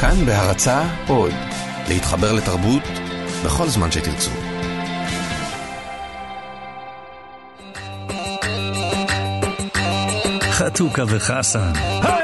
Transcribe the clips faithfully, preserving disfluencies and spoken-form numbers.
כאן בהרצאה עוד, להתחבר לתרבות בכל זמן שתרצו. חתוכה וחסן. היי!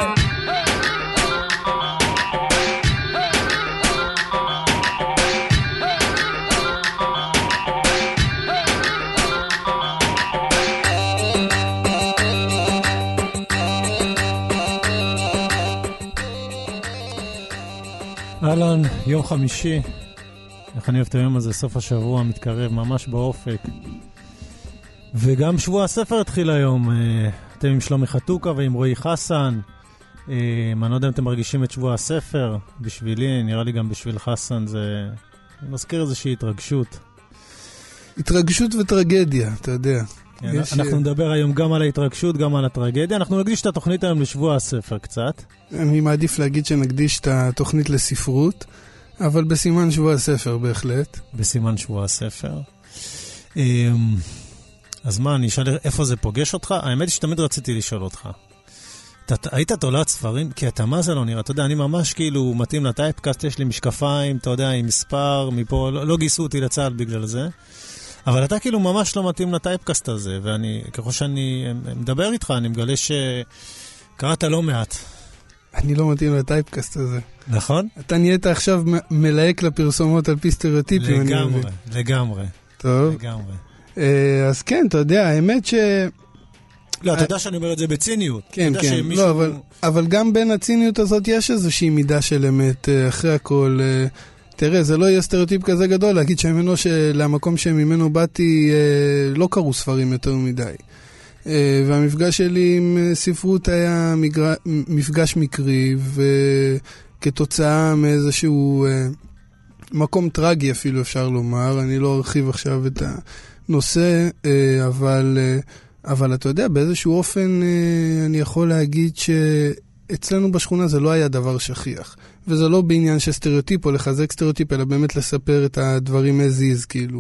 אהלן, יום חמישי. איך אני אוהב את היום הזה, סוף השבוע מתקרב, ממש באופק. וגם שבוע הספר התחיל היום. אתם עם שלומי חתוכה ועם רועי חסן. אני לא יודע אם אתם מרגישים את שבוע הספר. בשבילי, נראה לי גם בשביל חסן, זה מזכיר איזושהי התרגשות. התרגשות וטרגדיה, אתה יודע. כן, יש... אנחנו נדבר היום גם על ההתרגשות, גם על הטרגדיה. אנחנו נקדיש את התוכנית היום לשבוע הספר קצת. אני מעדיף להגיד שנקדיש את התוכנית לספרות, אבל בסימן שבוע הספר בהחלט. בסימן שבוע הספר. אז מה, אני אשאל איפה זה פוגש אותך? האמת היא שתמיד רציתי לשאול אותך. אתה, היית תולעת ספרים? כי אתה מה זה לא נראה? אתה יודע, אני ממש כאילו מתאים לטייפקאסט, יש לי משקפיים, אתה יודע, עם מספר, מפה, לא, לא גיסו אותי לצהל בגלל זה. אבל אתה כאילו ממש לא מתאים לטייפקאסט הזה, ואני, ככל שאני מדבר איתך, אני מגלה שקראת לא מעט. אני לא מתאים לטייפקאסט הזה. נכון? אתה נהיית עכשיו מלהק לפרסומות על פי סטריאוטיפים. לגמרי, לגמרי. טוב. לגמרי. אז כן, אתה יודע, האמת ש... לא, אתה יודע שאני אומר את זה בציניות. כן, כן. לא, אבל, אבל גם בין הציניות הזאת יש איזושהי מידה של אמת, אחרי הכל... תראה, זה לא יהיה סטריאוטיפ כזה גדול, להגיד שממנו שלמקום שממנו באתי לא קראו ספרים יותר מדי. והמפגש שלי עם ספרות היה מפגש מקרי, וכתוצאה מאיזשהו מקום טרגי אפילו אפשר לומר, אני לא ארחיב עכשיו את הנושא, אבל, אבל אתה יודע, באיזשהו אופן אני יכול להגיד שאצלנו בשכונה זה לא היה דבר שכיח. וזה לא בעניין של סטריאוטיפ או לחזק סטריאוטיפ, אלא באמת לספר את הדברים הזיז, כאילו.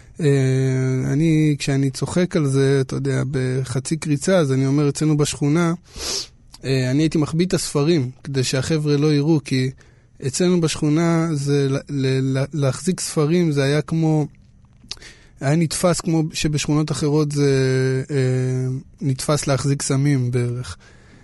אני, כשאני צוחק על זה, אתה יודע, בחצי קריצה, אז אני אומר, אצלנו בשכונה, אני הייתי מחביא את הספרים, כדי שהחבר'ה לא יראו, כי אצלנו בשכונה, זה, להחזיק ספרים, זה היה כמו, היה נתפס כמו שבשכונות אחרות זה נתפס להחזיק סמים בערך.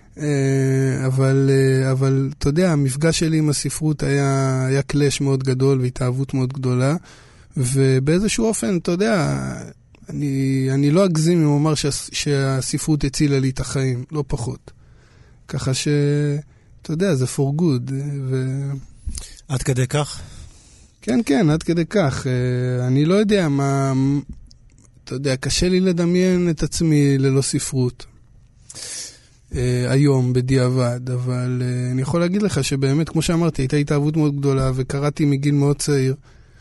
אבל, אבל, אתה יודע, המפגש שלי עם הספרות היה, היה קלאש מאוד גדול והתאהבות מאוד גדולה, ובאיזשהו אופן, אתה יודע, אני, אני לא אגזים אם אומר שה, שהספרות הצילה לי את החיים, לא פחות. ככה ש, אתה יודע, זה for good. ו... עד כדי כך? כן, כן, עד כדי כך. אני לא יודע מה, אתה יודע, קשה לי לדמיין את עצמי ללא ספרות. Uh, היום בדיעבד, אבל uh, אני יכול להגיד לך שבאמת, כמו שאמרתי, הייתה התאהבות מאוד גדולה, וקראתי מגיל מאוד צעיר,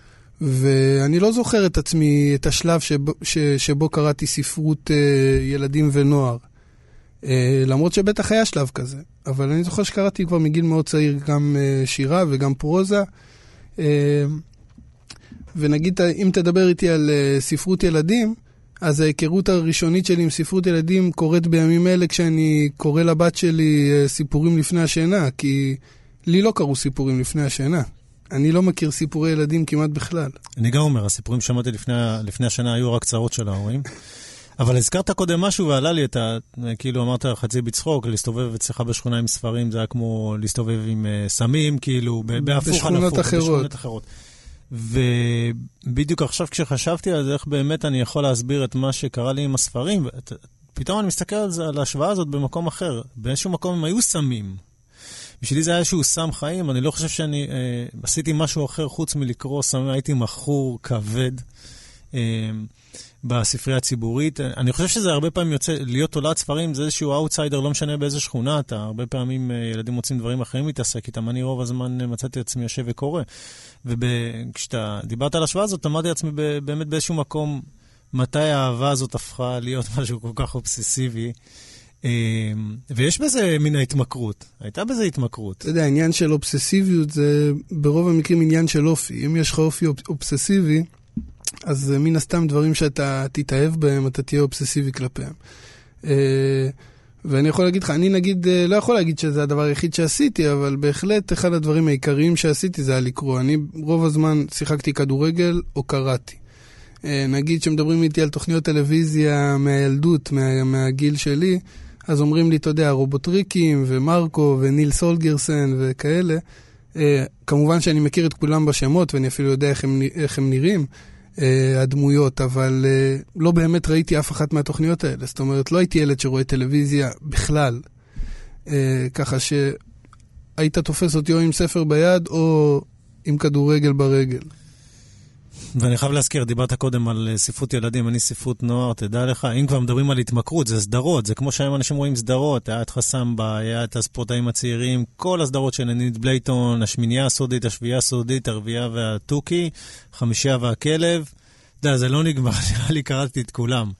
ואני לא זוכר את עצמי, את השלב שבו, ש, שבו קראתי ספרות uh, ילדים ונוער, uh, למרות שבטח היה שלב כזה, אבל אני זוכר שקראתי כבר מגיל מאוד צעיר גם uh, שירה וגם פרוזה, uh, ונגיד, אם תדבר איתי על uh, ספרות ילדים, אז ההיכרות הראשונית שלי עם ספרות ילדים קורית בימים אלה כשאני קורא לבת שלי סיפורים לפני השינה, כי לי לא קראו סיפורים לפני השינה. אני לא מכיר סיפורי ילדים כמעט בכלל. אני גם אומר, הסיפורים שמעתי לפני, לפני השינה היו רק צרות של ההורים. אבל הזכרת קודם משהו ועלה לי את ה... כאילו אמרת חצי בצחוק, להסתובב אצלך בשכונה עם ספרים, זה היה כמו להסתובב עם סמים, כאילו, בהפוך על הפוך. בשכונות אחרות. ובדיוק עכשיו כשחשבתי על זה, איך באמת אני יכול להסביר את מה שקרה לי עם הספרים, פתאום אני מסתכל על זה, על ההשוואה הזאת במקום אחר. באיזשהו מקום הם היו סמים. בשבילי זה היה איזשהו סם חיים, אני לא חושב שאני אה, עשיתי משהו אחר חוץ מלקרוא סמים, הייתי מחור כבד אה, בספרייה הציבורית. אני חושב שזה הרבה פעמים יוצא, להיות תולעת ספרים, זה איזשהו אאוטסיידר, לא משנה באיזה שכונה אתה, הרבה פעמים אה, ילדים מוצאים דברים אחרים להתעסק איתם, אני רוב הזמן מצאתי עצמי יושב וקורא. וכשאתה דיברת על השוואה הזאת, אמרתי לעצמי באמת באיזשהו מקום, מתי האהבה הזאת הפכה להיות משהו כל כך אובססיבי, ויש בזה מן ההתמכרות, הייתה בזה התמכרות. אתה יודע, העניין של אובססיביות זה ברוב המקרים עניין של אופי. אם יש לך אופי אובססיבי, אז מן הסתם דברים שאתה תתאהב בהם, אתה תהיה אובססיבי כלפיהם. ואני יכול להגיד לך, אני נגיד, לא יכול להגיד שזה הדבר היחיד שעשיתי, אבל בהחלט אחד הדברים העיקריים שעשיתי זה היה לקרוא. אני רוב הזמן שיחקתי כדורגל או קראתי. נגיד שמדברים איתי על תוכניות טלוויזיה מהילדות, מה, מהגיל שלי, אז אומרים לי, אתה יודע, רובוטריקים ומרקו וניל סולגרסן וכאלה. כמובן שאני מכיר את כולם בשמות, ואני אפילו יודע איך הם, איך הם נראים, הדמויות, אבל לא באמת ראיתי אף אחת מהתוכניות האלה. זאת אומרת, לא הייתי ילד שרואה טלוויזיה בכלל. ככה שהיית תופס אותי או עם ספר ביד או עם כדורגל ברגל. ואני חייב להזכיר, דיברת קודם על ספרות ילדים, אני ספרות נוער, תדע לך, אם כבר מדברים על התמכרות, זה סדרות, זה כמו שהיום אנשים רואים סדרות, היה את חסמבה, היה את הספורטאים הצעירים, כל הסדרות של נינית בלייטון, השמינייה הסודית, השביעייה הסודית, הרביעייה והטוקי, חמישייה והכלב, דה, זה לא נגמר, נראה לי קראתי את כולם.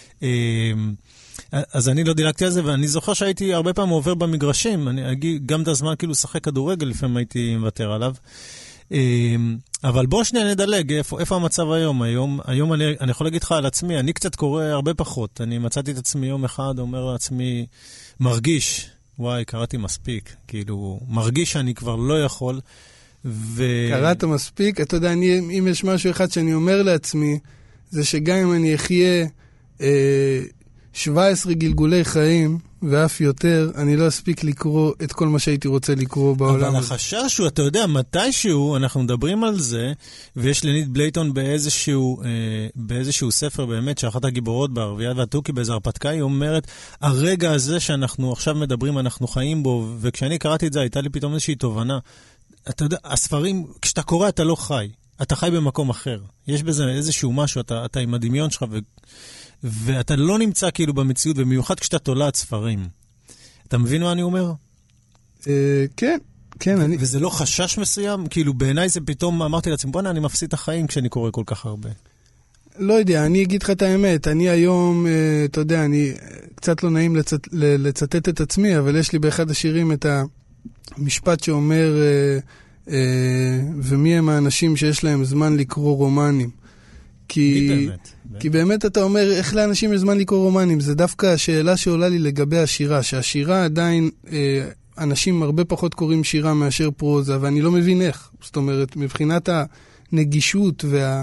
אז אני לא דילגתי על זה, ואני זוכר שהייתי הרבה פעמים עובר במגרשים, אני, גם את הזמן כאילו שחק כדורגל, לפעמים הייתי מוותר עליו. אבל בוא שנייה נדלג, איפה, איפה המצב היום? היום, היום אני, אני יכול להגיד לך על עצמי, אני קצת קורא הרבה פחות. אני מצאתי את עצמי יום אחד, אומר לעצמי, מרגיש, וואי, קראתי מספיק. כאילו, מרגיש שאני כבר לא יכול. ו... קראת מספיק? אתה יודע, אני, אם יש משהו אחד שאני אומר לעצמי, זה שגם אם אני אחיה אה, שבע עשרה גלגולי חיים, ואף יותר, אני לא אספיק לקרוא את כל מה שהייתי רוצה לקרוא בעולם. אבל החשש הוא, אתה יודע, מתישהו אנחנו מדברים על זה, ויש לנית בלייטון באיזשהו, אה, באיזשהו ספר באמת, שאחת הגיבורות בערבייה והטוקי באיזו הרפתקה, היא אומרת, הרגע הזה שאנחנו עכשיו מדברים, אנחנו חיים בו, וכשאני קראתי את זה, הייתה לי פתאום איזושהי תובנה. אתה יודע, הספרים, כשאתה קורא, אתה לא חי. אתה חי במקום אחר. יש בזה איזשהו משהו, אתה, אתה עם הדמיון שלך ו... ואתה לא נמצא כאילו במציאות, במיוחד כשאתה תולעת ספרים. אתה מבין מה אני אומר? כן, כן. אני... וזה לא חשש מסוים? כאילו בעיניי זה פתאום, אמרתי לעצמי, בוא'נה, אני מפסיד את החיים כשאני קורא כל כך הרבה. לא יודע, אני אגיד לך את האמת. אני היום, אתה יודע, אני קצת לא נעים לצט... לצטט את עצמי, אבל יש לי באחד השירים את המשפט שאומר, ומי הם האנשים שיש להם זמן לקרוא רומנים? כי, באמת, כי באמת אתה אומר, איך לאנשים יש זמן לקרוא רומנים? זה דווקא השאלה שעולה לי לגבי השירה, שהשירה עדיין, אה, אנשים הרבה פחות קוראים שירה מאשר פרוזה, ואני לא מבין איך. זאת אומרת, מבחינת הנגישות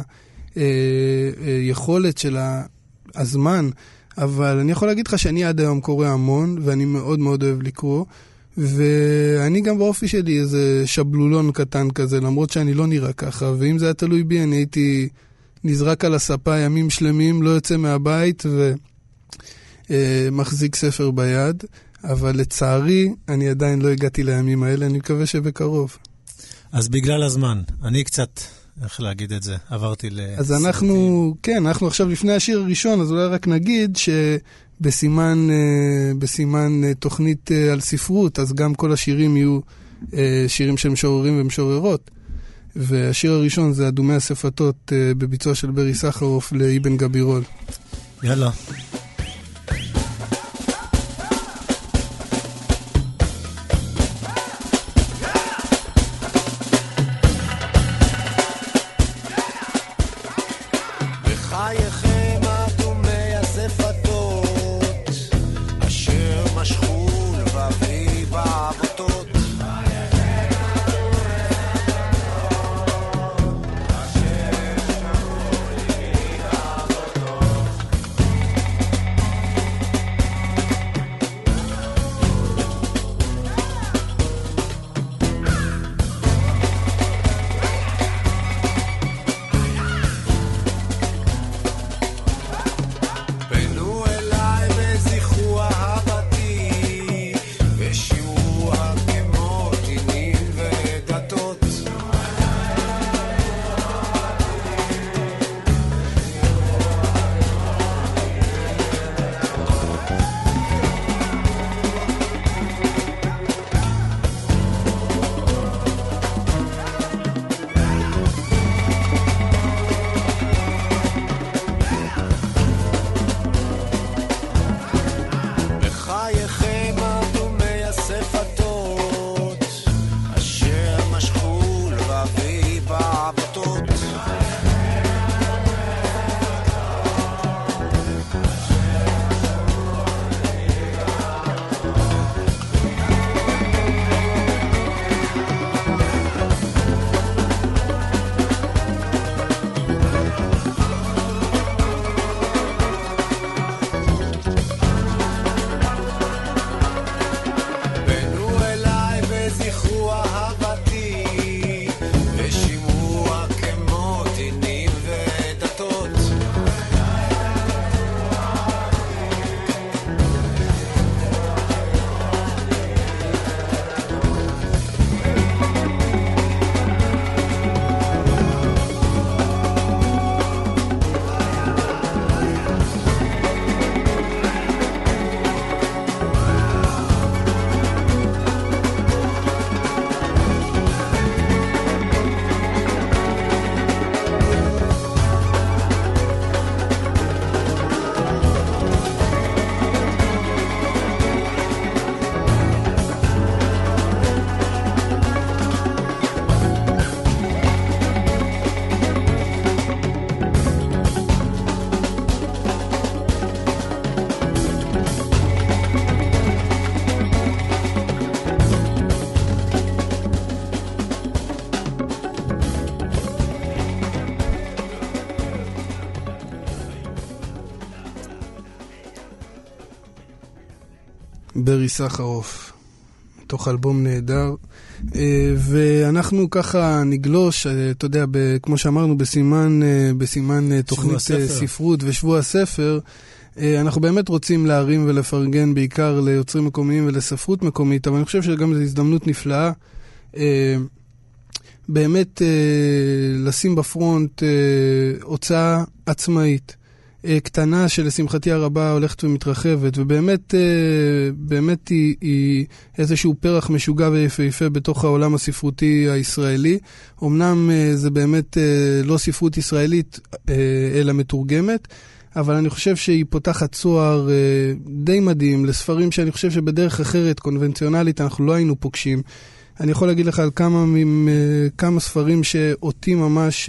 והיכולת של הזמן, אבל אני יכול להגיד לך שאני עד היום קורא המון, ואני מאוד מאוד אוהב לקרוא, ואני גם באופי שלי איזה שבלולון קטן כזה, למרות שאני לא נראה ככה, ואם זה היה תלוי בי, אני הייתי... נזרק על הספה ימים שלמים, לא יוצא מהבית ומחזיק ספר ביד, אבל לצערי אני עדיין לא הגעתי לימים האלה, אני מקווה שבקרוב. אז בגלל הזמן, אני קצת, איך להגיד את זה, עברתי לסרטים. אז אנחנו, כן, אנחנו עכשיו לפני השיר הראשון, אז אולי רק נגיד שבסימן בסימן תוכנית על ספרות, אז גם כל השירים יהיו שירים של משוררים ומשוררות. והשיר הראשון זה אדומי השפתות בביצוע של ברי סחרוף לאבן גבירול. יאללה. ברי סחרוף, תוך אלבום נהדר. ואנחנו ככה נגלוש, אתה יודע, כמו שאמרנו, בסימן, בסימן תוכנית ספרות ושבוע הספר, אנחנו באמת רוצים להרים ולפרגן בעיקר ליוצרים מקומיים ולספרות מקומית, אבל אני חושב שגם זו הזדמנות נפלאה, באמת לשים בפרונט הוצאה עצמאית, קטנה שלשמחתי הרבה הולכת ומתרחבת, ובאמת באמת היא, היא איזשהו פרח משוגע ויפהפה בתוך העולם הספרותי הישראלי. אמנם זה באמת לא ספרות ישראלית אלא מתורגמת, אבל אני חושב שהיא פותחת צוהר די מדהים לספרים שאני חושב שבדרך אחרת, קונבנציונלית, אנחנו לא היינו פוגשים. אני יכול להגיד לך על כמה, כמה ספרים שאותי ממש...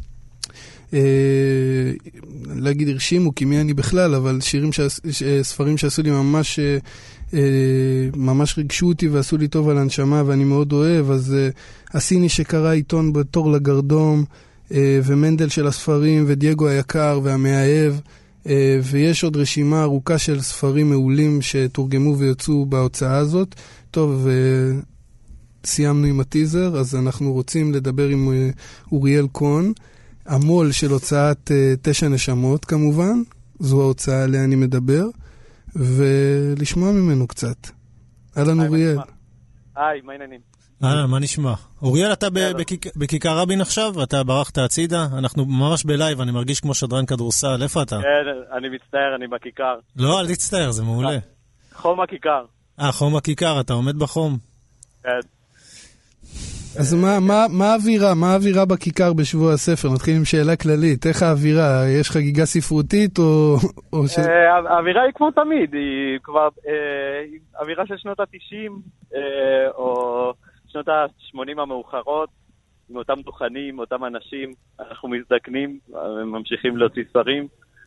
להגיד הרשימו, כי מי אני בכלל, אבל שירים, ספרים שעשו לי ממש ממש ריגשו אותי ועשו לי טוב על הנשמה, ואני מאוד אוהב. אז הסיני שקרא עיתון בתור לגרדום, ומנדל של הספרים, ודייגו היקר והמאהב, ויש עוד רשימה ארוכה של ספרים מעולים שתורגמו ויוצאו בהוצאה הזאת. טוב, סיימנו עם הטיזר, אז אנחנו רוצים לדבר עם אוריאל קון, המול של הוצאת uh, תשע נשמות כמובן, זו ההוצאה עליה אני מדבר, ולשמוע ממנו קצת. אהלן אוריאל. היי, מה העניינים? אהלן, מה נשמע? אוריאל, אתה בכיכר רבין עכשיו? אתה ברחת הצידה? אנחנו ממש בלייב, אני מרגיש כמו שדרן כדורסל. איפה אתה? כן, אני מצטער, אני בכיכר. לא, אל תצטער, זה מעולה. חום הכיכר. אה, חום הכיכר, אתה עומד בחום? כן. אז מה, מה, מה האווירה? מה האווירה בכיכר בשבוע הספר? נתחיל עם שאלה כללית. איך האווירה? יש חגיגה ספרותית או... או ש... האווירה היא כמו תמיד. היא כבר אווירה של שנות ה-תשעים או שנות ה-שמונים המאוחרות, עם אותם דוכנים, אותם אנשים. אנחנו מזדקנים, ממשיכים להוציא ספרים.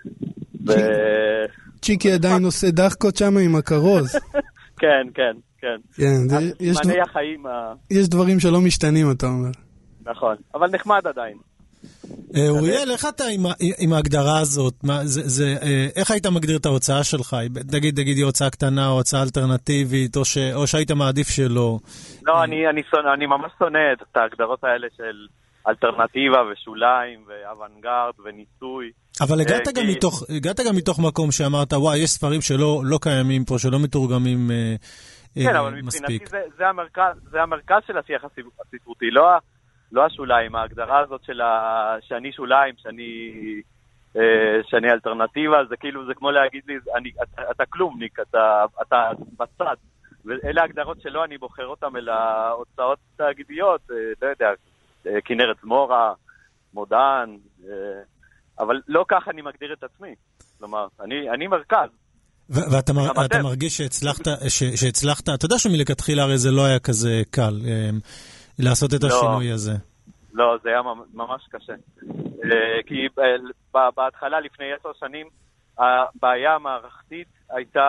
צ'יקי עדיין עושה דחקות שם עם הכרוז. כן, כן. כן. כן, זה, יש, זמני דבר, החיים, יש דברים שלא משתנים, אתה אומר. נכון, אבל נחמד עדיין. אוריאל, איך אתה עם, עם ההגדרה הזאת? מה, זה, זה, איך היית מגדיר את ההוצאה שלך? תגיד, תגיד, היא הוצאה קטנה או הוצאה אלטרנטיבית, או, ש, או שהיית מעדיף שלא? לא, אני, אני, שונא, אני ממש שונא את ההגדרות האלה של אלטרנטיבה ושוליים ואוונגרד וניסוי. אבל הגעת גם מתוך, הגעת גם מתוך מקום שאמרת, וואי, יש ספרים שלא לא קיימים פה, שלא מתורגמים מספיק. כן, אבל מבחינתי זה, זה המרכז, זה המרכז של השיח הספרותי, לא, לא השוליים, ההגדרה הזאת של ה, שאני שוליים, שאני, שאני אלטרנטיבה, זה כאילו, זה כמו להגיד לי, אני, אתה, אתה כלומניק, אתה, אתה בצד, ואלה ההגדרות שלא, אני בוחר אותם אל ההוצאות תאגידיות, לא יודע, כנרת זמורה, מודן, אבל לא ככה אני מגדיר את עצמי. כלומר, אני, אני מרכז. ואתה מר, אתה מרגיש שהצלחת, ש, שהצלחת, אתה יודע שמלכתחילה הרי זה לא היה כזה קל לעשות את לא, השינוי הזה. לא, זה היה ממש קשה. כי בהתחלה, לפני עשר שנים, הבעיה המערכתית הייתה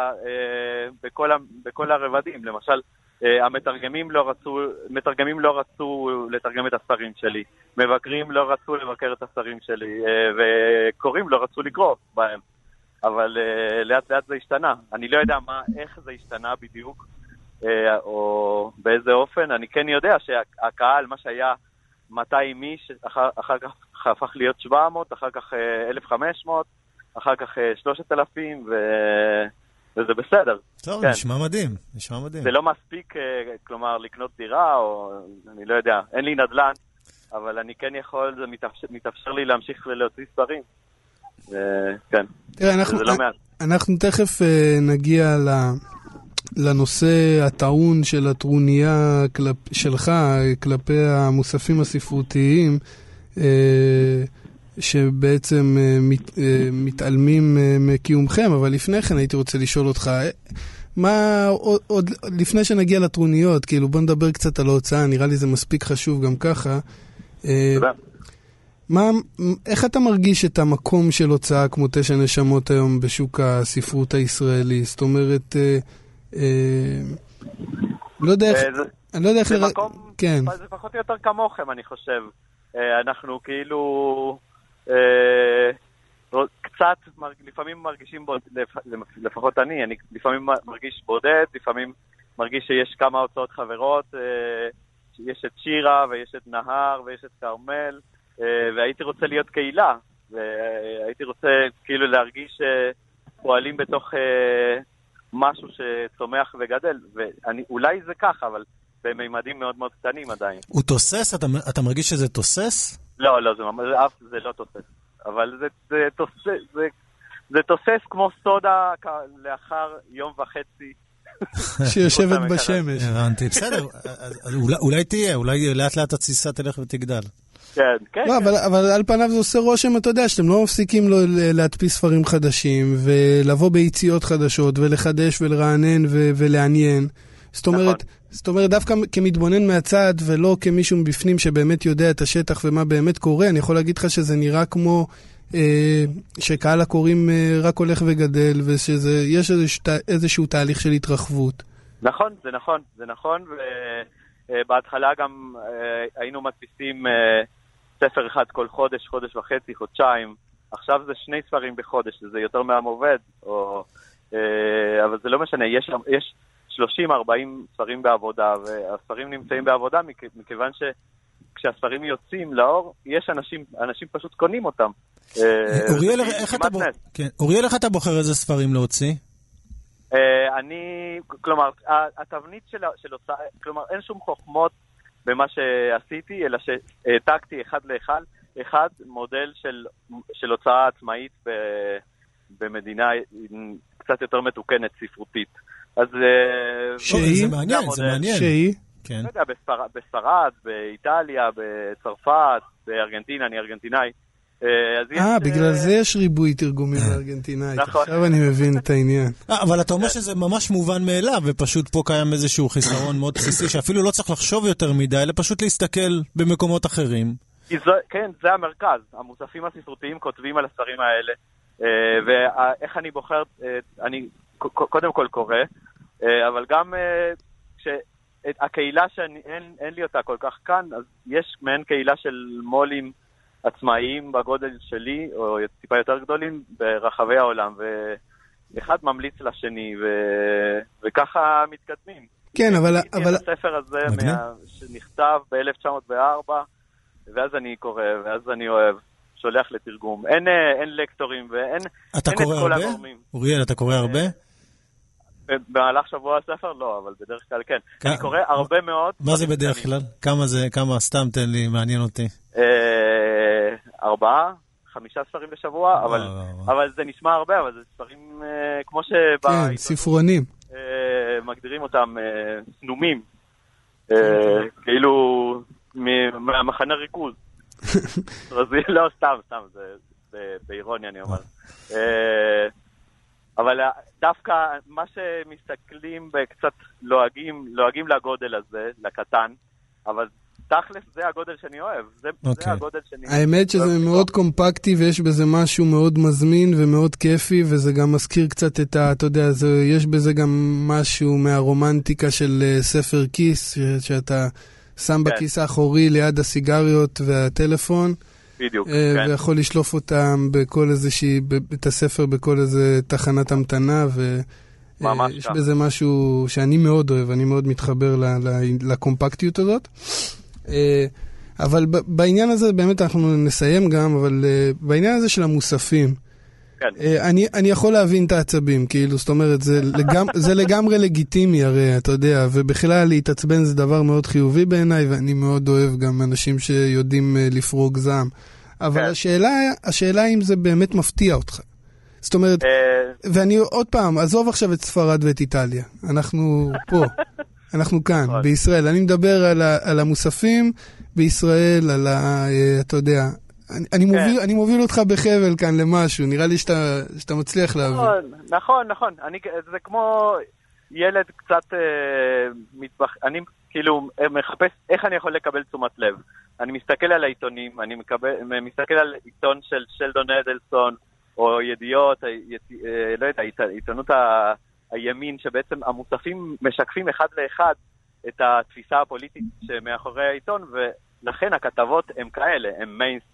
בכל, בכל הרבדים. למשל, המתרגמים לא רצו, מתרגמים לא רצו לתרגם את הספרים שלי. מבקרים לא רצו לבקר את הספרים שלי. וקוראים לא רצו לקרוא בהם. אבל לאט לאט זה השתנה. אני לא יודע מה, איך זה השתנה בדיוק, או באיזה אופן. אני כן יודע שהקהל, מה שהיה מאתיים איש, אחר, אחר כך הפך להיות שבע מאות, אחר כך אלף וחמש מאות, אחר כך שלושת אלפים, ו... וזה בסדר. טוב, כן. נשמע מדהים, נשמע מדהים. זה לא מספיק, כלומר, לקנות דירה, או אני לא יודע, אין לי נדל"ן, אבל אני כן יכול, זה מתאפשר, מתאפשר לי להמשיך ולהוציא ספרים. כן, תראה, אנחנו, זה לא מעט. אנחנו תכף נגיע לנושא הטעון של הטרוניה כלפ, שלך, כלפי המוספים הספרותיים, שבעצם מת, מתעלמים מקיומכם, אבל לפני כן הייתי רוצה לשאול אותך, מה, עוד, עוד לפני שנגיע לטרוניות, כאילו בוא נדבר קצת על ההוצאה, נראה לי זה מספיק חשוב גם ככה. תודה. מה, איך אתה מרגיש את המקום של הוצאה כמו תשע נשמות היום בשוק הספרות הישראלי? זאת אומרת, אה, אה, לא יודע איך... זה, אני לא יודע איך... זה לר... מקום, כן. זה פחות או יותר כמוכם, אני חושב. אה, אנחנו כאילו... אה, קצת, לפעמים מרגישים, בוד, לפחות אני, אני לפעמים מרגיש בודד, לפעמים מרגיש שיש כמה הוצאות חברות, יש את שירה ויש את נהר ויש את קרמל, והייתי רוצה להיות קהילה, והייתי רוצה כאילו להרגיש פועלים בתוך משהו שצומח וגדל, ואולי זה ככה, אבל בממדים מאוד מאוד קטנים עדיין. הוא תוסס? אתה, אתה מרגיש שזה תוסס? לא, לא, זה, זה, זה לא תוסס. אבל זה, זה, תוסס, זה, זה תוסס כמו סודה לאחר יום וחצי. שיושבת בשמש. הבנתי, בסדר. אולי, אולי תהיה, אולי לאט לאט התסיסה תלך ותגדל. כן, כן. לא, אבל, אבל על פניו זה עושה רושם, אתה יודע, שאתם לא מפסיקים לו להדפיס ספרים חדשים, ולבוא ביציאות חדשות, ולחדש ולרענן ו- ולעניין. זאת אומרת, נכון. זאת אומרת, דווקא כמתבונן מהצד, ולא כמישהו מבפנים שבאמת יודע את השטח ומה באמת קורה, אני יכול להגיד לך שזה נראה כמו אה, שקהל הקוראים אה, רק הולך וגדל, ושיש איזשהו, איזשהו תהליך של התרחבות. נכון, זה נכון, זה נכון, ובהתחלה גם אה, היינו מדפיסים אה, ספר אחד כל חודש, חודש וחצי, חודשיים. עכשיו זה שני ספרים בחודש, זה יותר מהמובד, או, אה, אבל זה לא משנה, יש... יש שלושים ארבעים ספרים בעבודה, והספרים נמצאים בעבודה מכיוון שכשהספרים יוצאים לאור, יש אנשים, אנשים פשוט קונים אותם. אוריאל, איך אתה, כן. אוריאל, איך אתה בוחר איזה ספרים להוציא? אני, כלומר, התבנית של הוצאה, כלומר, אין שום חוכמות במה שעשיתי, אלא שהעתקתי אחד לאחד, אחד מודל של, של הוצאה עצמאית במדינה קצת יותר מתוקנת ספרותית. אז שהיא, זה מעניין, זה מעניין. שהיא? כן. לא יודע, בספרד, באיטליה, בצרפת, בארגנטינה, אני ארגנטינאי. אה, בגלל זה יש ריבוי תרגומים בארגנטינאית. עכשיו אני מבין את העניין. אבל אתה אומר שזה ממש מובן מאליו, ופשוט פה קיים איזשהו חיסרון מאוד בסיסי, שאפילו לא צריך לחשוב יותר מדי, אלא פשוט להסתכל במקומות אחרים. כן, זה המרכז. המוספים הספרותיים כותבים על הספרים האלה, ואיך אני בוחר, אני קודם כל קורא, אבל גם שהקהילה שאין לי אותה כל כך כאן, אז יש מעין קהילה של מולים עצמאיים בגודל שלי, או טיפה יותר גדולים, ברחבי העולם, ואחד ממליץ לשני, וככה מתקדמים. כן, אבל... אבל... הספר הזה שנכתב ב-אלף תשע מאות וארבע, ואז אני קורא, ואז אני אוהב. שולח לתרגום. אין, אין לקטורים ואין אתה אין קורא את כל הרבה? הגורמים. אוריאל, אתה קורא הרבה? במהלך שבוע הספר לא, אבל בדרך כלל כן. כ... אני קורא הרבה מאוד. מה זה בדרך כלל? כמה זה, כמה? סתם תן לי, מעניין אותי. ארבעה, חמישה ספרים בשבוע, אבל, אבל זה נשמע הרבה, אבל זה ספרים כמו שבא... כן, ספרונים. מגדירים אותם סנומים. כאילו מהמחנה ריכוז. לא, סתם, סתם, זה באירוניה אני אומר. אבל דווקא מה שמסתכלים וקצת לועגים, לועגים לגודל הזה, לקטן, אבל תכלס זה הגודל שאני אוהב, זה הגודל שאני... האמת שזה מאוד קומפקטי ויש בזה משהו מאוד מזמין ומאוד כיפי, וזה גם מזכיר קצת את ה... אתה יודע, יש בזה גם משהו מהרומנטיקה של ספר כיס, שאתה... שם בכיס האחורי ליד הסיגריות והטלפון. בדיוק, כן. ויכול לשלוף אותם בכל איזושהי, את הספר בכל איזה תחנת המתנה, ויש בזה משהו שאני מאוד אוהב, אני מאוד מתחבר לקומפקטיות הזאת. אבל בעניין הזה באמת אנחנו נסיים גם, אבל בעניין הזה של המוספים, אני, אני יכול להבין את העצבים, כאילו, זאת אומרת, זה, לגמ, זה לגמרי לגיטימי, הרי, אתה יודע, ובכלל להתעצבן זה דבר מאוד חיובי בעיניי, ואני מאוד אוהב גם אנשים שיודעים לפרוג זעם. אבל השאלה, השאלה אם זה באמת מפתיע אותך. זאת אומרת, ואני עוד פעם, עזוב עכשיו את ספרד ואת איטליה. אנחנו פה, אנחנו כאן, בישראל. אני מדבר על, ה, על המוספים בישראל, על ה, אתה יודע, אני, אני, מוביל, אני מוביל אותך בחבל כאן למשהו, נראה לי שאתה, שאתה מצליח להבין. נכון, נכון, נכון. אני, זה כמו ילד קצת אה, מטבח, אני כאילו מחפש איך אני יכול לקבל תשומת לב. אני מסתכל על העיתונים, אני מקבל, מסתכל על עיתון של שלדון אדלסון, או ידיעות, ית, אה, לא יודע, עיתונות ה, הימין, שבעצם המוספים משקפים אחד לאחד את התפיסה הפוליטית שמאחורי העיתון, ו... לכן הכתבות הם כאלה, הם מיינסטרים,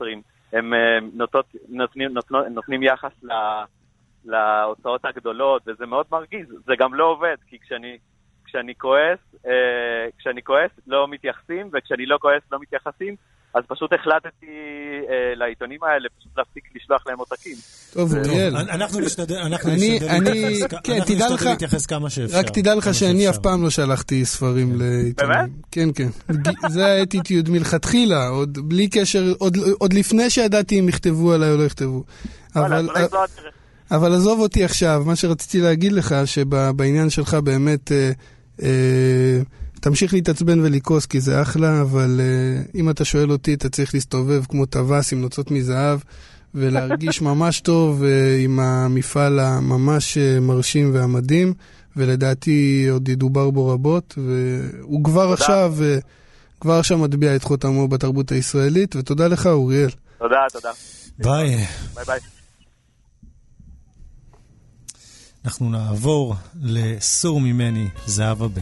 הם נותנות, נותנים, נותנים, נותנים יחס ל, להוצאות הגדולות, וזה מאוד מרגיז. זה גם לא עובד, כי כשאני, כשאני כועס, אה, כשאני כועס לא מתייחסים, וכשאני לא כועס לא מתייחסים, אז פשוט החלטתי אה, לעיתונים האלה, פשוט להפסיק לשלוח להם עותקים. טוב, אוריאל. אנחנו נשתדל, אנחנו נשתדל להתייחס כמה שאפשר. רק תדע לך שאני אף פעם לא שלחתי ספרים לעיתונים. באמת? כן, כן. זה האטיטיוד מלכתחילה, עוד בלי קשר, עוד לפני שידעתי אם יכתבו עליי או לא יכתבו. אבל עזוב אותי עכשיו, מה שרציתי להגיד לך, שבעניין שלך באמת תמשיך להתעצבן וליקוס, כי זה אחלה, אבל uh, אם אתה שואל אותי, אתה צריך להסתובב כמו טווס עם נוצות מזהב, ולהרגיש ממש טוב uh, עם המפעל הממש uh, מרשים והמדהים, ולדעתי עוד ידובר בו רבות, והוא כבר עכשיו, uh, כבר עכשיו מטביע את חותמו בתרבות הישראלית, ותודה לך, אוריאל. תודה, תודה. ביי. ביי ביי. אנחנו נעבור לסור ממני, זהבה בן.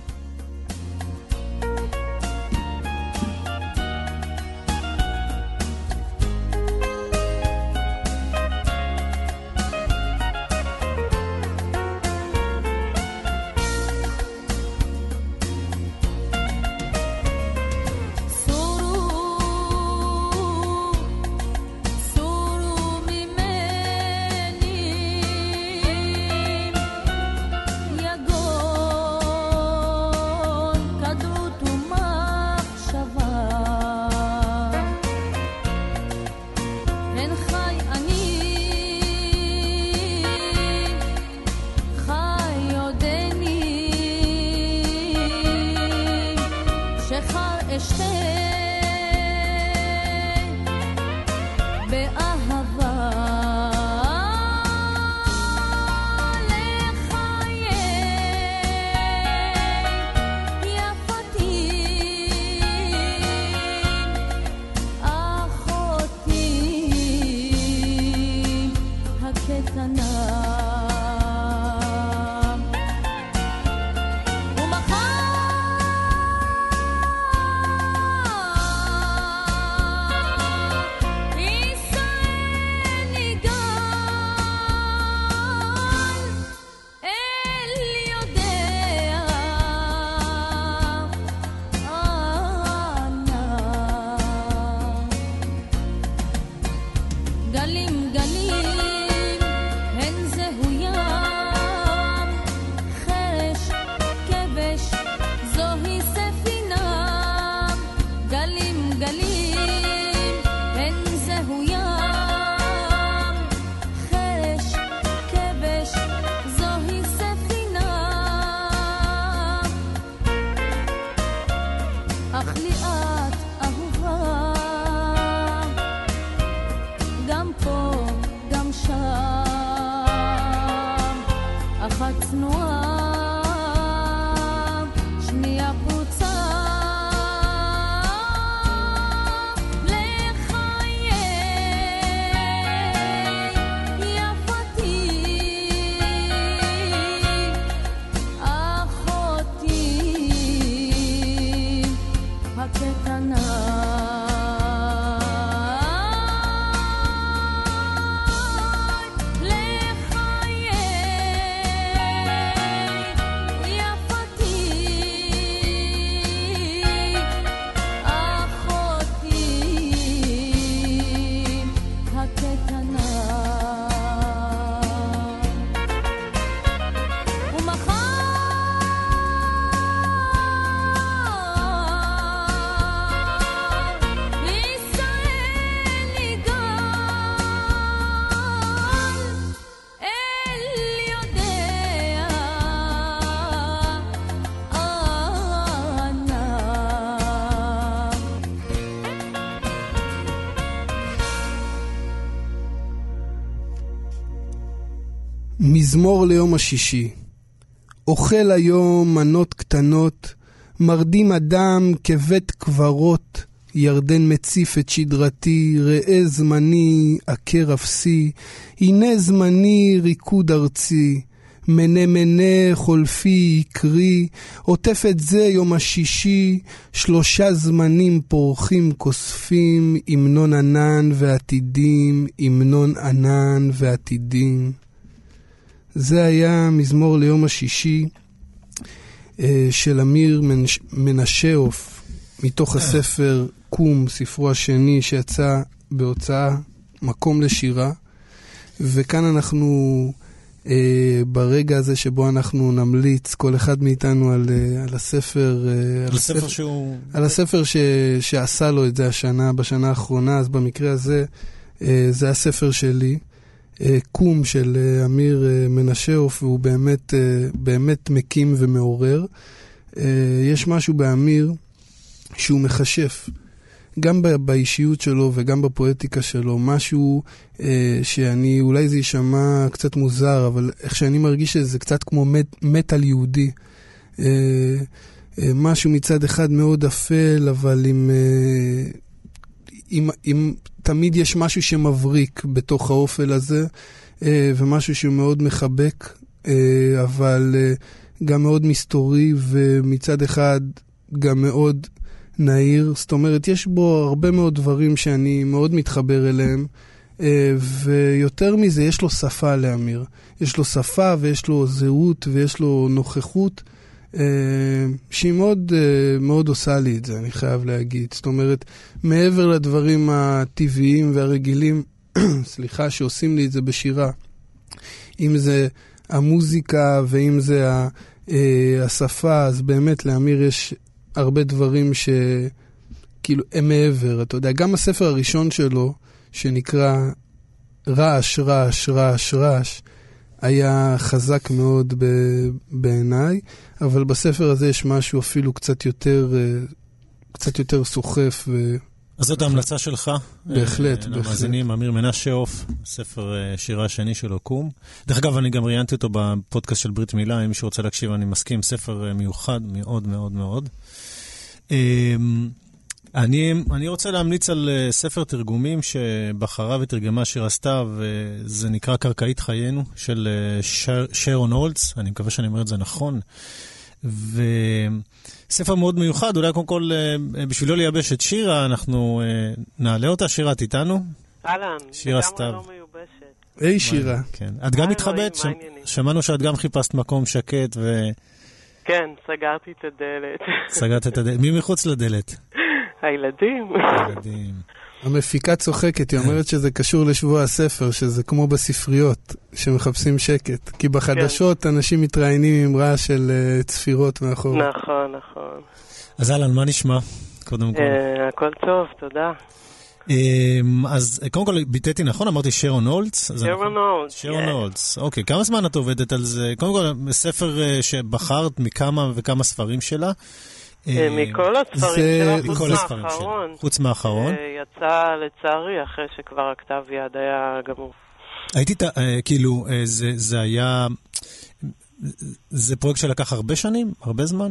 מזמור ליום השישי. אוכל היום מנות קטנות, מרדים אדם כבית קברות, ירדן מציף את שדרתי, ראה זמני עקר אפסי, הנה זמני ריקוד ארצי, מנה מנה חולפי יקרי, עוטף את זה יום השישי, שלושה זמנים פורחים כוספים, המנון ענן ועתידים, המנון ענן ועתידים. זה היה מזמור ליום השישי של אמיר מנשאוף, מתוך הספר קום, ספרו השני שיצא בהוצאה מקום לשירה. וכאן אנחנו אה, ברגע הזה שבו אנחנו נמליץ כל אחד מאיתנו על, אה, על הספר, אה, על הספר שהוא... על הספר ש, שעשה לו את זה השנה, בשנה האחרונה. אז במקרה הזה אה, זה הספר שלי, אה, קום של אה, אמיר אה, מנשאוף, והוא באמת, אה, באמת מקים ומעורר. אה, יש משהו באמיר שהוא מחשף. גם באישיות שלו וגם בפואטיקה שלו, משהו אה, שאני, אולי זה יישמע קצת מוזר, אבל איך שאני מרגיש שזה קצת כמו מט, מטל יהודי. אה, אה, משהו מצד אחד מאוד אפל, אבל עם, אה, עם, עם, תמיד יש משהו שמבריק בתוך האופל הזה, אה, ומשהו שהוא מאוד מחבק, אה, אבל אה, גם מאוד מסתורי, ומצד אחד גם מאוד... נעיר, זאת אומרת, יש בו הרבה מאוד דברים שאני מאוד מתחבר אליהם, ויותר מזה, יש לו שפה לאמיר. יש לו שפה ויש לו זהות ויש לו נוכחות, שהיא מאוד, מאוד עושה לי את זה, אני חייב להגיד. זאת אומרת, מעבר לדברים הטבעיים והרגילים, סליחה, שעושים לי את זה בשירה, אם זה המוזיקה ואם זה השפה, אז באמת לאמיר יש... הרבה דברים שכאילו הם מעבר, אתה יודע, גם הספר הראשון שלו, שנקרא רעש, רעש, רעש, רעש, היה חזק מאוד ב- בעיניי, אבל בספר הזה יש משהו אפילו קצת יותר, קצת יותר סוחף. ו... אז זאת ההמלצה שלך? בהחלט, בהחלט. למאזינים, אמיר מנשאוף, ספר שירה השני שלו, קום. דרך אגב, אני גם ראיינתי אותו בפודקאסט של ברית מילה, אם מישהו רוצה להקשיב, אני מסכים, ספר מיוחד מאוד מאוד מאוד. אני, אני רוצה להמליץ על ספר תרגומים שבחרה ותרגמה שירה סתיו, וזה נקרא קרקעית חיינו, של שר, שרון הולץ, אני מקווה שאני אומר את זה נכון. וספר מאוד מיוחד, אולי קודם כל, בשביל לא לייבש את שירה, אנחנו נעלה אותה. שירה, את איתנו? אהלן, שירה סתיו. לא מיובשת. היי שירה. כן. את גם מתחבאת? שמענו שאת גם חיפשת מקום שקט ו... כן, סגרתי את הדלת. סגרת את הדלת. מי מחוץ לדלת? הילדים. הילדים. המפיקה צוחקת, היא אומרת שזה קשור לשבוע הספר, שזה כמו בספריות, שמחפשים שקט. כי בחדשות אנשים מתראיינים עם רעש של צפירות מאחור. נכון, נכון. אז אהלן, מה נשמע? קודם כל. הכל טוב, תודה. אז קודם כל ביטאתי נכון, אמרתי שרון הולץ. שרון הולץ. שרון הולץ, אוקיי. כמה זמן את עובדת על זה? קודם כל, ספר שבחרת מכמה וכמה ספרים שלה. מכל הספרים שלה, חוץ מהאחרון. חוץ מהאחרון. יצא לצערי אחרי שכבר הכתב יד היה גמור. הייתי, כאילו, זה היה, זה פרויקט שלקח הרבה שנים? הרבה זמן?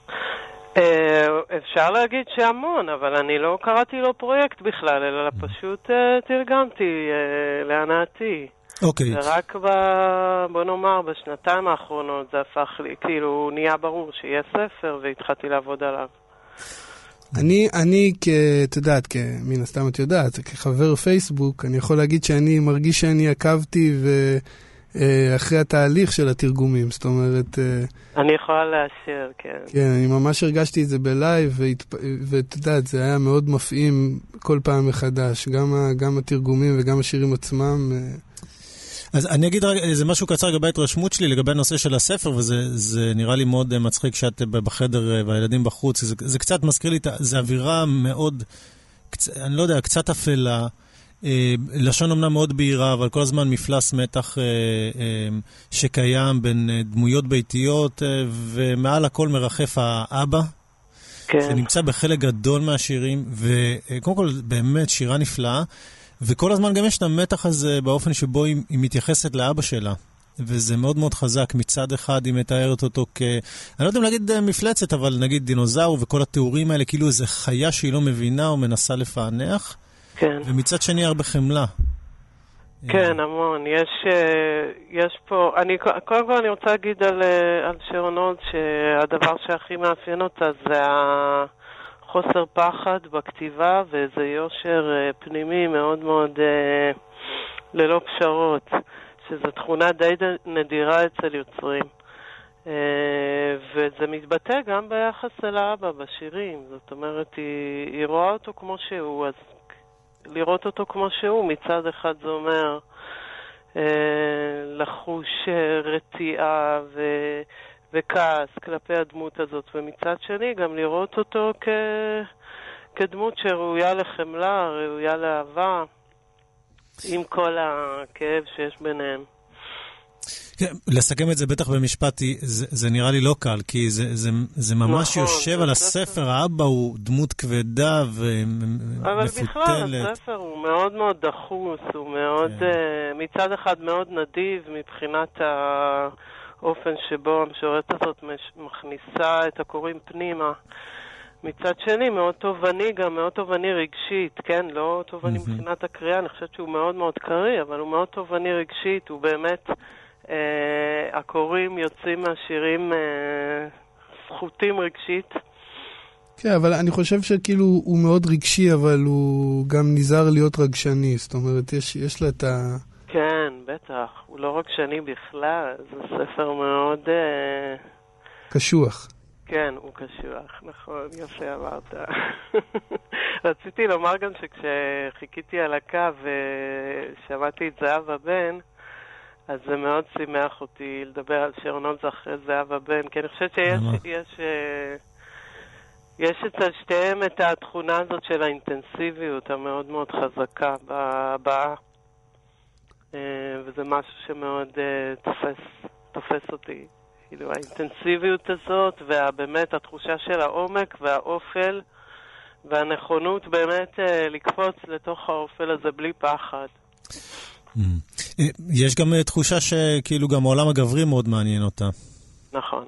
אפשר להגיד שהמון, אבל אני לא קראתי לו פרויקט בכלל, אלא פשוט תרגמתי להנאתי. אוקיי. ורק ב... בוא נאמר, בשנתיים האחרונות זה הפך לי, כאילו, נהיה ברור שיהיה ספר, והתחלתי לעבוד עליו. אני, אני, את יודעת, מן הסתם את יודעת, כחבר פייסבוק, אני יכול להגיד שאני מרגיש שאני עקבתי ו... אחרי התהליך של התרגומים, זאת אומרת... אני יכולה לאשר, כן. כן, אני ממש הרגשתי את זה בלייב, ואת יודעת, זה היה מאוד מפעים כל פעם מחדש, גם, גם התרגומים וגם השירים עצמם. אז אני אגיד רק, זה משהו קצר לגבי ההתרשמות שלי, לגבי הנושא של הספר, וזה נראה לי מאוד מצחיק שאת בחדר והילדים בחוץ, זה, זה קצת מזכיר לי, זה אווירה מאוד, אני לא יודע, קצת אפלה, לשון אמנם מאוד בהירה, אבל כל הזמן מפלס מתח שקיים בין דמויות ביתיות, ומעל הכל מרחף האבא, שנמצא בחלק גדול מהשירים, וקודם כל באמת שירה נפלאה, וכל הזמן גם יש את המתח הזה באופן שבו היא מתייחסת לאבא שלה, וזה מאוד מאוד חזק. מצד אחד היא מתארת אותו כ... אני לא יודע אם להגיד מפלצת, אבל נגיד דינוזאור, וכל התיאורים האלה, כאילו איזו חיה שהיא לא מבינה או מנסה לפענח, כן. ומצד שני הרבה חמלה. כן, המון. יש, יש פה, אני, קודם כל אני רוצה להגיד על, על שרון הולד שהדבר שהכי מאפיין אותה זה החוסר פחד בכתיבה ואיזה יושר פנימי מאוד מאוד ללא פשרות, שזו תכונה די נדירה אצל יוצרים. וזה מתבטא גם ביחס אל האבא בשירים. זאת אומרת, היא, היא רואה אותו כמו שהוא, אז לראות אותו כמו שהוא, מצד אחד זה אומר אה, לחוש רתיעה ו, וכעס כלפי הדמות הזאת, ומצד שני גם לראות אותו כ, כדמות שראויה לחמלה, ראויה לאהבה, עם כל הכאב שיש ביניהם. לסכם את זה בטח במשפט, זה, זה נראה לי לא קל, כי זה, זה, זה ממש נכון, יושב זה על הספר, ספר. האבא הוא דמות כבדה ומפותלת. אבל בכלל, הספר הוא מאוד מאוד דחוס, הוא מאוד, כן. uh, מצד אחד מאוד נדיב מבחינת האופן שבו המשוררת הזאת מכניסה את הקוראים פנימה. מצד שני, מאוד תובעני, גם מאוד תובעני רגשית, כן? לא תובעני mm-hmm. מבחינת הקריאה, אני חושבת שהוא מאוד מאוד קריא, אבל הוא מאוד תובעני רגשית, הוא באמת... Uh, הקוראים יוצאים מהשירים uh, זכותים רגשית. כן, אבל אני חושב שכאילו הוא מאוד רגשי, אבל הוא גם נזהר להיות רגשני. זאת אומרת, יש, יש לה את ה... כן, בטח. הוא לא רגשני בכלל. זה ספר מאוד... Uh... קשוח. כן, הוא קשוח. נכון, יפה אמרת. רציתי לומר גם שכשחיכיתי על הקו ושמעתי את זהבה בן, אז זה מאוד שימח אותי לדבר על שרון הולד אחרי זהבה בן, כי אני חושבת שיש יש, יש אצל שתיהם את התכונה הזאת של האינטנסיביות המאוד מאוד חזקה בהבאה, וזה משהו שמאוד תופס, תופס אותי. כאילו האינטנסיביות הזאת, ובאמת התחושה של העומק והאופל, והנכונות באמת לקפוץ לתוך האופל הזה בלי פחד. יש גם תחושה שכאילו גם העולם הגברי מאוד מעניין אותה. נכון.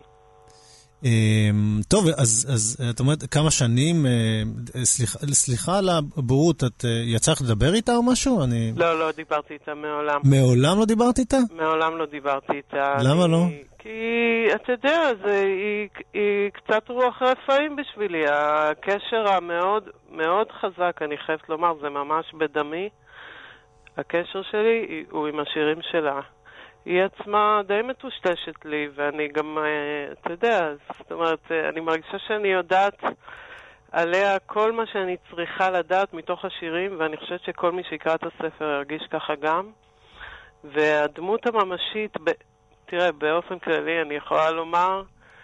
טוב, אז, אז את אומרת כמה שנים, סליחה, סליחה על הבורות, את יצא לך לדבר איתה או משהו? אני... לא, לא דיברתי איתה מעולם. מעולם לא דיברתי איתה? מעולם לא דיברתי איתה. למה אני... לא? כי, אתה יודע, זה, היא, היא קצת רוח רפאים בשבילי. הקשר המאוד מאוד חזק, אני חייבת לומר, זה ממש בדמי. הקשר שלי הוא עם השירים שלה. היא עצמה די מטושטשת לי, ואני גם, אתה יודע, זאת אומרת, אני מרגישה שאני יודעת עליה כל מה שאני צריכה לדעת מתוך השירים, ואני חושבת שכל מי שיקרא את הספר ירגיש ככה גם. והדמות הממשית, ב... תראה, באופן כללי אני יכולה לומר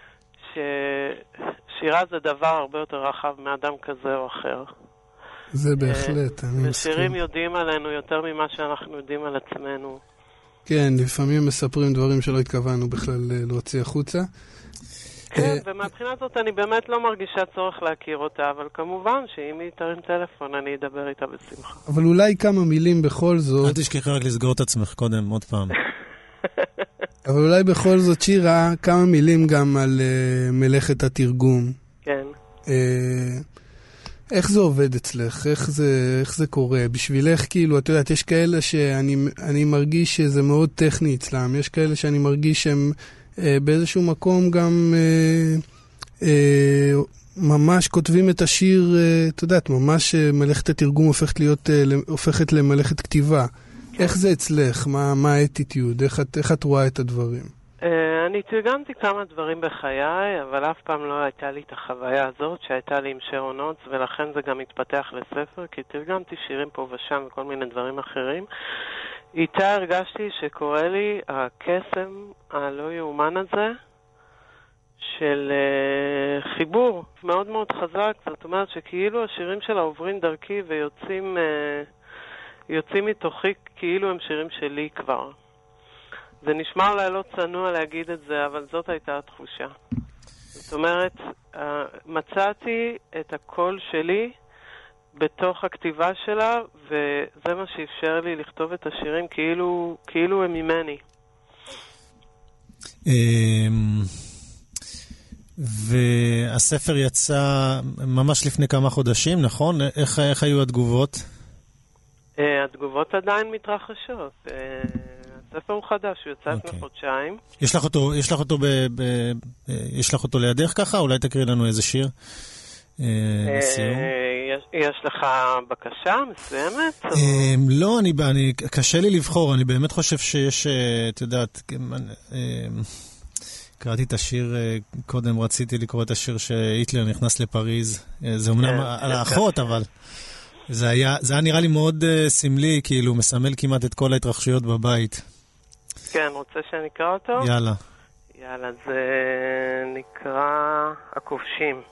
ששירה זה דבר הרבה יותר רחב מאדם כזה או אחר. זה בהחלט, אני מסכים. ושירים יודעים עלינו יותר ממה שאנחנו יודעים על עצמנו. כן, לפעמים מספרים דברים שלא התכוונו בכלל להוציא החוצה. כן, ומהבחינה הזאת אני באמת לא מרגישה צורך להכיר אותה, אבל כמובן שאם היא תרים טלפון אני אדבר איתה בשמחה. אבל אולי כמה מילים בכל זאת... אל תשכחי רק לסגור את עצמך קודם, עוד פעם. אבל אולי בכל זאת, שירה, כמה מילים גם על uh, מלאכת התרגום. כן. Uh, איך זה עובד אצלך? איך זה, איך זה קורה? בשבילך, כאילו, את יודעת, יש כאלה שאני אני מרגיש שזה מאוד טכני אצלם. יש כאלה שאני מרגיש שהם uh, באיזשהו מקום גם uh, uh, ממש כותבים את השיר, uh, את יודעת, ממש uh, מלאכת התרגום הופכת להיות, uh, הופכת למלאכת כתיבה. איך זה אצלך? מה, מה האטיטיוד? איך את, איך את רואה את הדברים? Uh, אני תרגמתי כמה דברים בחיי, אבל אף פעם לא הייתה לי את החוויה הזאת שהייתה לי עם שרון הולד, ולכן זה גם התפתח לספר, כי תרגמתי שירים פה ושם וכל מיני דברים אחרים. איתה הרגשתי שקורה לי הקסם הלא יאומן הזה של uh, חיבור מאוד מאוד חזק. זאת אומרת שכאילו השירים שלה עוברים דרכי ויוצאים... Uh, יוצאים מתוכי כאילו הם שירים שלי כבר. זה נשמע אולי לא צנוע להגיד את זה, אבל זאת הייתה התחושה. זאת אומרת, מצאתי את הקול שלי בתוך הכתיבה שלה, וזה מה שאפשר לי לכתוב את השירים כאילו, כאילו הם ממני. והספר יצא ממש לפני כמה חודשים, נכון? איך, איך היו התגובות? התגובות עדיין מתרחשות. הספר הוא חדש, הוא יצא לפני חודשיים. יש לך אותו, יש לך אותו ב, ב, יש לך אותו לידך ככה? אולי תקריא לנו איזה שיר? לסיום. יש, יש לך בקשה מסוימת? לא, אני, אני, קשה לי לבחור, אני באמת חושב שיש, את יודעת, קראתי את השיר, קודם רציתי לקרוא את השיר שהיטלר נכנס לפריז, זה אומנם על האחות, אבל זה היה, זה היה נראה לי מאוד סמלי, כאילו מסמל כמעט את כל ההתרחשויות בבית. כן, רוצה שאני אקרא אותו? יאללה. יאללה, זה נקרא הכובשים.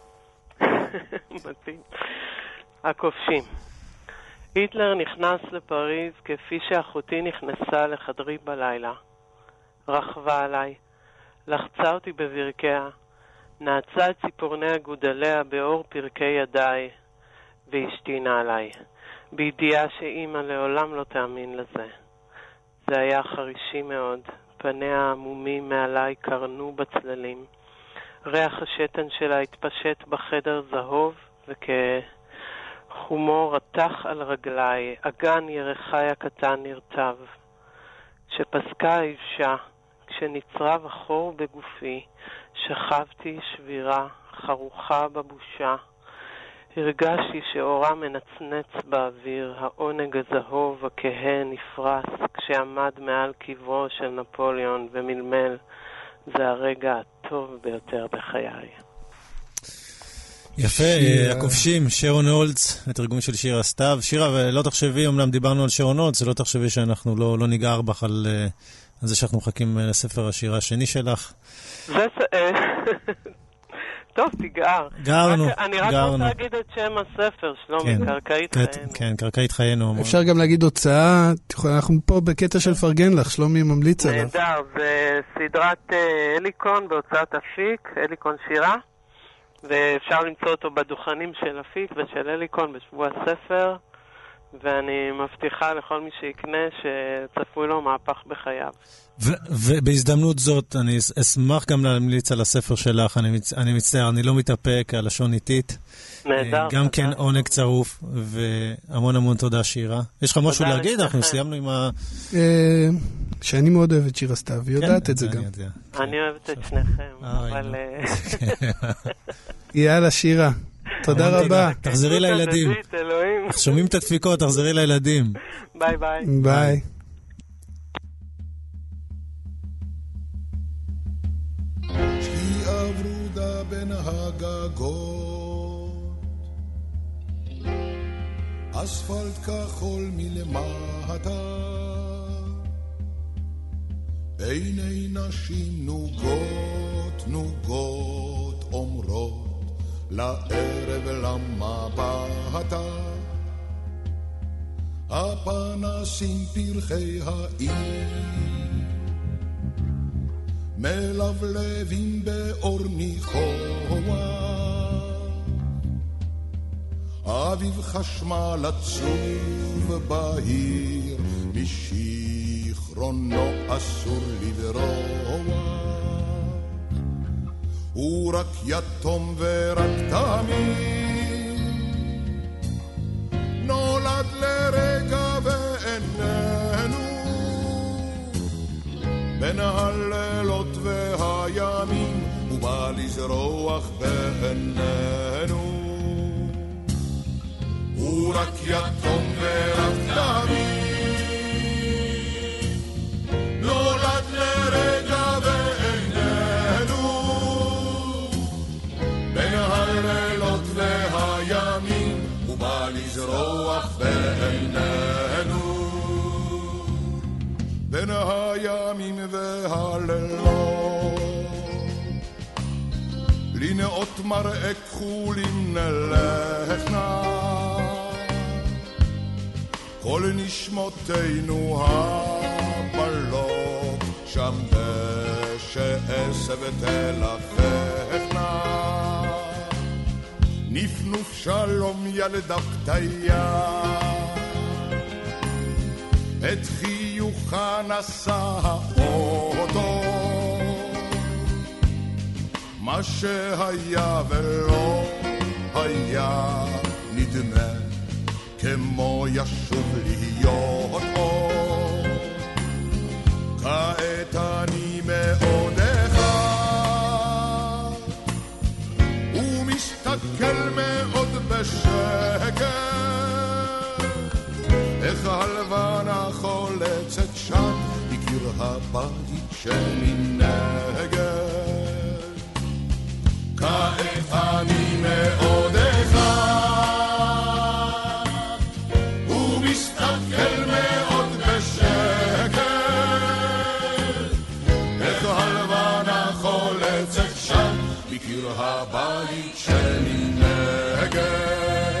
מתאים. הכובשים. היטלר נכנס לפריז כפי שאחותי נכנסה לחדרי בלילה. רכבה עליי, לחצה אותי בברכיה, נעצה את ציפורני גודליה באור פרקי ידיי, והשתינה עליי, בידיעה שאימא לעולם לא תאמין לזה. זה היה חרישי מאוד, פניה העמומים מעליי קרנו בצללים. ריח השתן שלה התפשט בחדר זהוב, וכחומור רתח על רגליי, אגן ירחי הקטן נרטב. כשפסקה האישה, כשנצרב החור בגופי, שכבתי שבירה, חרוכה בבושה. הרגשתי שאורה מנצנץ באוויר, העונג הזהוב הכהה נפרס, כשעמד מעל קברו של נפוליאון ומלמל, זה הרגע הטוב ביותר בחיי. יפה, הכובשים, שרון הולץ, התרגום של שירה סתיו. שירה, ולא תחשבי, אומנם דיברנו על שרון הולץ, ולא תחשבי שאנחנו לא, לא ניגע בך על, על זה שאנחנו מחכים לספר השירה השני שלך. זה... טוב, תיגער. גרנו, אני רק רוצה להגיד את שם הספר, שלומי, קרקעית חיינו. כן, קרקעית חיינו. אפשר גם להגיד הוצאה, אנחנו פה בקטע של פרגן לך, שלומי ממליץ עליו. נהדר, זה סדרת אליקון בהוצאת אפיק, אליקון שירה, ואפשר למצוא אותו בדוכנים של אפיק ושל אליקון בשבוע הספר, ואני מבטיחה לכל מי שיקנה שצפוי לו מהפך בחייו. ובהזדמנות זאת, אני אשמח גם להמליץ על הספר שלך, אני מצטער, אני לא מתאפק, הלשון איטית. נהדר. גם כן עונג צרוף, והמון המון תודה שירה. יש לך משהו להגיד? אנחנו סיימנו עם ה... שאני מאוד אוהבת שירה סתיו, היא יודעת את זה גם. אני אוהבת את שניכם, אבל... יאללה שירה. תודה רבה. תחזרי לילדים. אנחנו שומעים את הדפיקות, תחזרי לילדים. ביי ביי. ביי. כי עברודה בין הגגות, אספלט כחול מלמטה, עיני נשים נוגות נוגות אומרות לערב למבטה, הפנסים פרחי העיר מלבלבים באור ניחוח, אביב חשמל עצוב בהיר, משיכרונו אסור לברוח, הוא רק יתום ורק תמיד, נולד לרגע ואיננו, בין הלילות והימים, הוא בא לזרוח בעינינו, הוא רק יתום ורק תמיד, נולד לרגע ואיננו, בין הלילות והימים, הוא בא לזרוח בעינינו, בין הימים והלילות, לנאות מראה כחולים נלכנה, כל נשמותינו הבלות, שם בשעשב תלכנה, נפנוף שלום ילדה פתיה, את חיוכה נשא האוטו, מה שהיה ולא היה נדמה כמו ישוב להיות אור. כעת אני מאוד אחד ומסתכל מאוד בשקט איך הלבנה חולצת שם בקיר הבית שמנגד. כעת אני מאוד אחד ומסתכל מאוד בשקט איך הלבנה חולצת שם בקיר הבית שמנגד.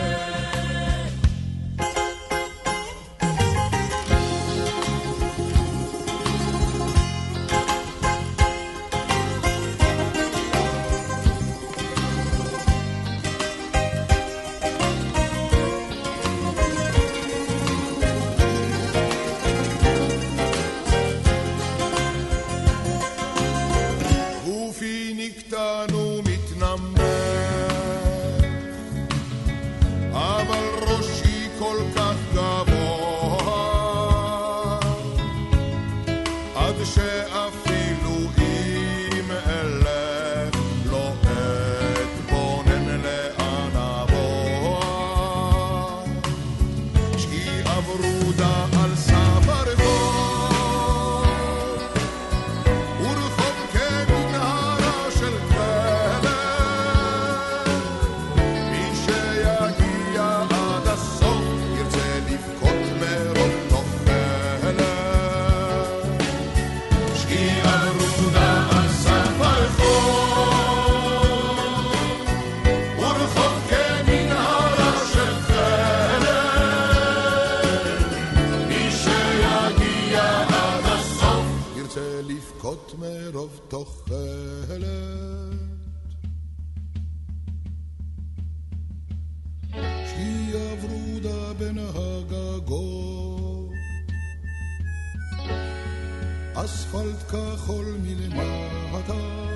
אספלט כחול מלמטה,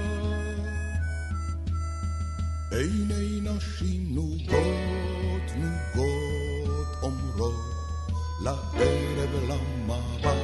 עיני נשים נוגות נוגות אומרות לערב למבטה.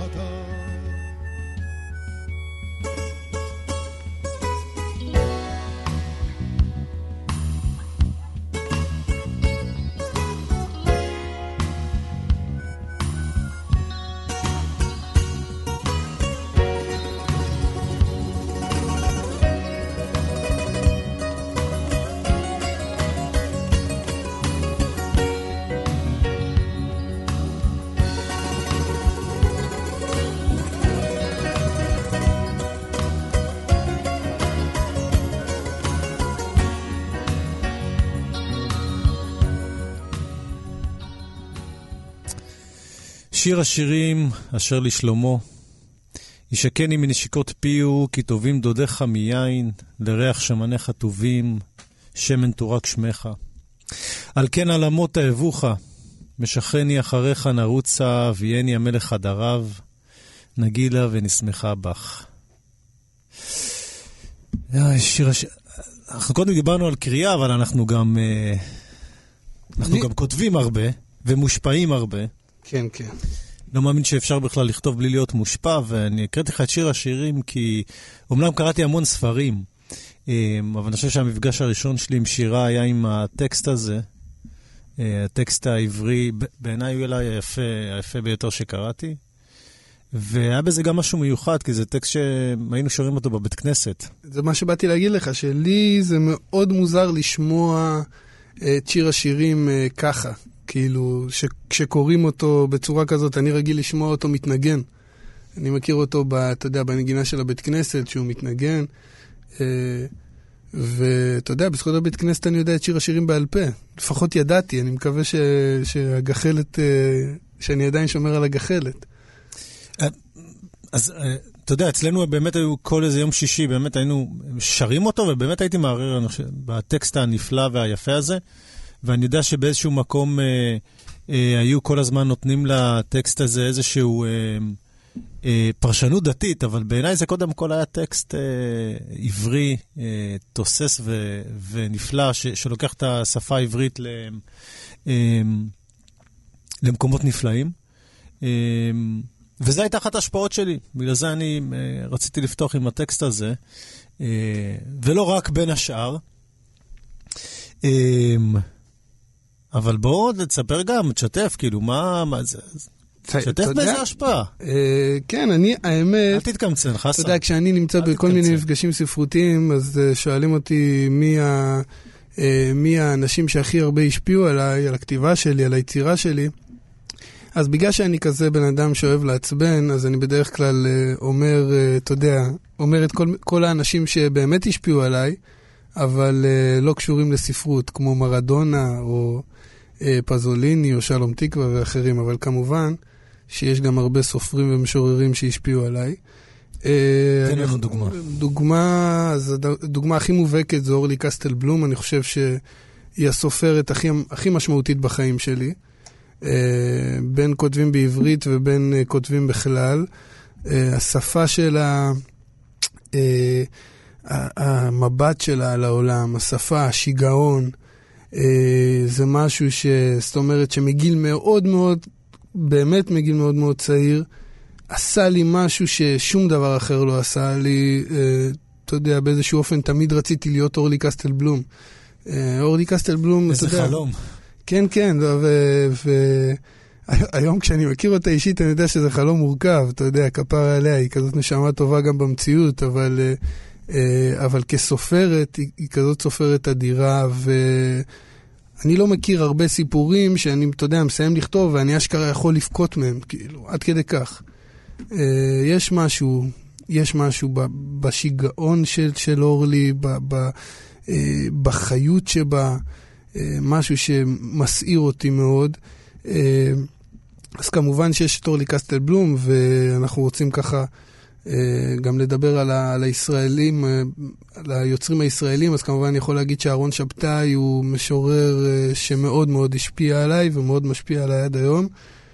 שיר השירים אשר לשלמה, ישקני מנשיקות פיו, כי טובים דודיך מיין, לריח שמניך טובים, שמן תורק שמך. על כן על אמות האבוך, משכני אחריך נרוצה, ויהני המלך חדריו, נגילה ונשמחה בך. שיר הש... אנחנו קודם דיברנו על קריאה, אבל אנחנו גם, אנחנו גם כותבים הרבה, ומושפעים הרבה. כן, כן. לא מאמין שאפשר בכלל לכתוב בלי להיות מושפע, ואני הקראתי לך את שיר השירים, כי אומנם קראתי המון ספרים, אבל אני חושב שהמפגש הראשון שלי עם שירה היה עם הטקסט הזה, הטקסט העברי, בעיניי הוא אולי היפה, היפה ביותר שקראתי, והיה בזה גם משהו מיוחד, כי זה טקסט שהיינו שרים אותו בבית כנסת. זה מה שבאתי להגיד לך, שלי זה מאוד מוזר לשמוע את שיר השירים ככה. כאילו, כשקוראים אותו בצורה כזאת, אני רגיל לשמוע אותו מתנגן. אני מכיר אותו, אתה יודע, בנגינה של הבית כנסת, שהוא מתנגן. ואתה יודע, בזכות הבית כנסת אני יודע את שיר השירים בעל פה. לפחות ידעתי, אני מקווה ש... שהגחלת, שאני עדיין שומר על הגחלת. אז אתה יודע, אצלנו באמת היו כל איזה יום שישי, באמת היינו שרים אותו, ובאמת הייתי מערער בטקסט הנפלא והיפה הזה. ואני יודע שבאיזשהו מקום אה, אה, היו כל הזמן נותנים לטקסט הזה איזשהו אה, אה, פרשנות דתית, אבל בעיניי זה קודם כל היה טקסט אה, עברי, אה, תוסס ו, ונפלא, ש, שלוקח את השפה העברית ל, אה, למקומות נפלאים. וזו הייתה אחת ההשפעות שלי. בגלל זה אני רציתי לפתוח עם הטקסט הזה, ולא רק בין השאר. אבל בואו תספר גם, תשתף, כאילו, מה, מה זה... תשתף באיזה השפעה. כן, אני, האמת... אל תתקמצן, חסן. אתה יודע, כשאני נמצא בכל מיני מפגשים ספרותיים, אז שואלים אותי מי ה... מי האנשים שהכי הרבה השפיעו עליי, על הכתיבה שלי, על היצירה שלי. אז בגלל שאני כזה בן אדם שאוהב לעצבן, אז אני בדרך כלל אומר, אתה יודע, אומר את כל, כל האנשים שבאמת השפיעו עליי, אבל לא קשורים לספרות, כמו מרדונה או פזוליני או שלום תקווה ואחרים, אבל כמובן שיש גם הרבה סופרים ומשוררים שהשפיעו עליי. תן לנו דוגמה. דוגמה, אז הדוגמה הכי מובהקת זה אורלי קסטלבלום, אני חושב שהיא הסופרת הכי, הכי משמעותית בחיים שלי. בין כותבים בעברית ובין כותבים בכלל. השפה שלה, המבט שלה על העולם, השפה, השיגעון, זה משהו ש... זאת אומרת שמגיל מאוד מאוד, באמת מגיל מאוד מאוד צעיר, עשה לי משהו ששום דבר אחר לא עשה לי. אתה יודע, באיזשהו אופן תמיד רציתי להיות אורלי קסטלבלום. אורלי קסטלבלום, אתה יודע... איזה חלום. כן, כן, והיום כשאני מכיר אותה אישית, אני יודע שזה חלום מורכב, אתה יודע, כפרה עליה, היא כזאת נשמה טובה גם במציאות, אבל, אבל כסופרת, היא כזאת סופרת אדירה, ואני לא מכיר הרבה סיפורים שאני, אתה יודע, מסיים לכתוב, ואני אשכרה יכול לפקוט מהם, כאילו, עד כדי כך. יש משהו, יש משהו בשיגעון של, של אורלי, בחיות שבה, משהו שמסעיר אותי מאוד. אז כמובן שיש את אורלי קסטלבלום, ואנחנו רוצים ככה גם לדבר על, ה- על הישראלים, על היוצרים הישראלים, אז כמובן אני יכול להגיד שאהרון שבתאי הוא משורר שמאוד מאוד השפיע עליי, ומאוד משפיע עליי עד היום.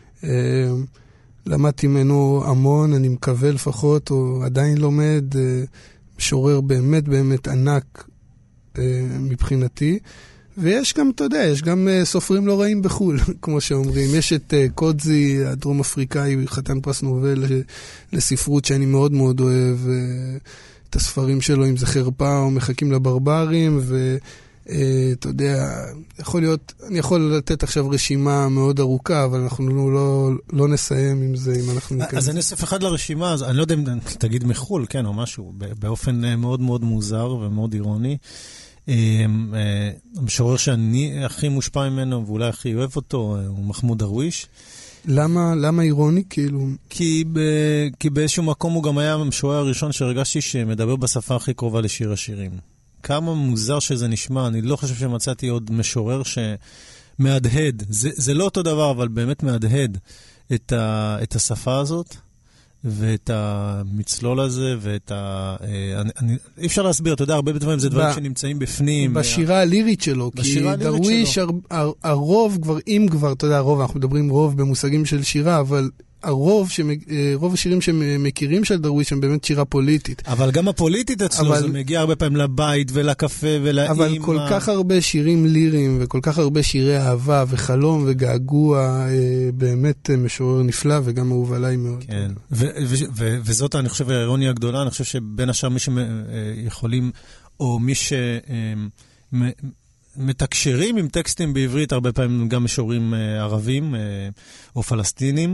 למדתי ממנו המון, אני מקווה לפחות, או עדיין לומד, משורר באמת באמת ענק מבחינתי. ויש גם, אתה יודע, יש גם סופרים לא רעים בחול, כמו שאומרים. יש את קודזי, הדרום אפריקאי, חתן פרס נובל לספרות שאני מאוד מאוד אוהב, את הספרים שלו, אם זה חרפה או מחכים לברברים, ואתה יודע, יכול להיות, אני יכול לתת עכשיו רשימה מאוד ארוכה, אבל אנחנו לא, לא נסיים עם זה, אם אנחנו ניכנס. אז אני אוסף אחד לרשימה, אז אני לא יודע אם תגיד מחול, כן, או משהו, באופן מאוד מאוד מוזר ומאוד אירוני. המשורר שאני הכי מושפע ממנו ואולי הכי אוהב אותו הוא מחמוד דרוויש. למה, למה אירוני? כאילו... כי, ב, כי באיזשהו מקום הוא גם היה המשורר הראשון שהרגשתי שמדבר בשפה הכי קרובה לשיר השירים. כמה מוזר שזה נשמע, אני לא חושב שמצאתי עוד משורר שמהדהד, זה, זה לא אותו דבר, אבל באמת מהדהד את, ה, את השפה הזאת. ואת המצלול הזה, ואת ה... אני, אני, אי אפשר להסביר, אתה יודע, הרבה דברים זה דברים ב... שנמצאים בפנים. בשירה הלירית שלו, כי דרוויש, הר, הר, הרוב כבר, אם כבר, אתה יודע, הרוב, אנחנו מדברים רוב במושגים של שירה, אבל הרוב, שמ... רוב השירים שמכירים של דרוויש הם באמת שירה פוליטית. אבל גם הפוליטית אצלו, אבל... זה מגיע הרבה פעמים לבית ולקפה ולאמא. אבל כל כך הרבה שירים ליריים, וכל כך הרבה שירי אהבה וחלום וגעגוע, באמת משורר נפלא, וגם אהוב עליי מאוד. כן, ו- ו- ו- וזאת, אני חושב, האירוניה הגדולה, אני חושב שבין השאר מי שיכולים, או מי ש... מתקשרים עם טקסטים בעברית, הרבה פעמים גם משוררים ערבים או פלסטינים.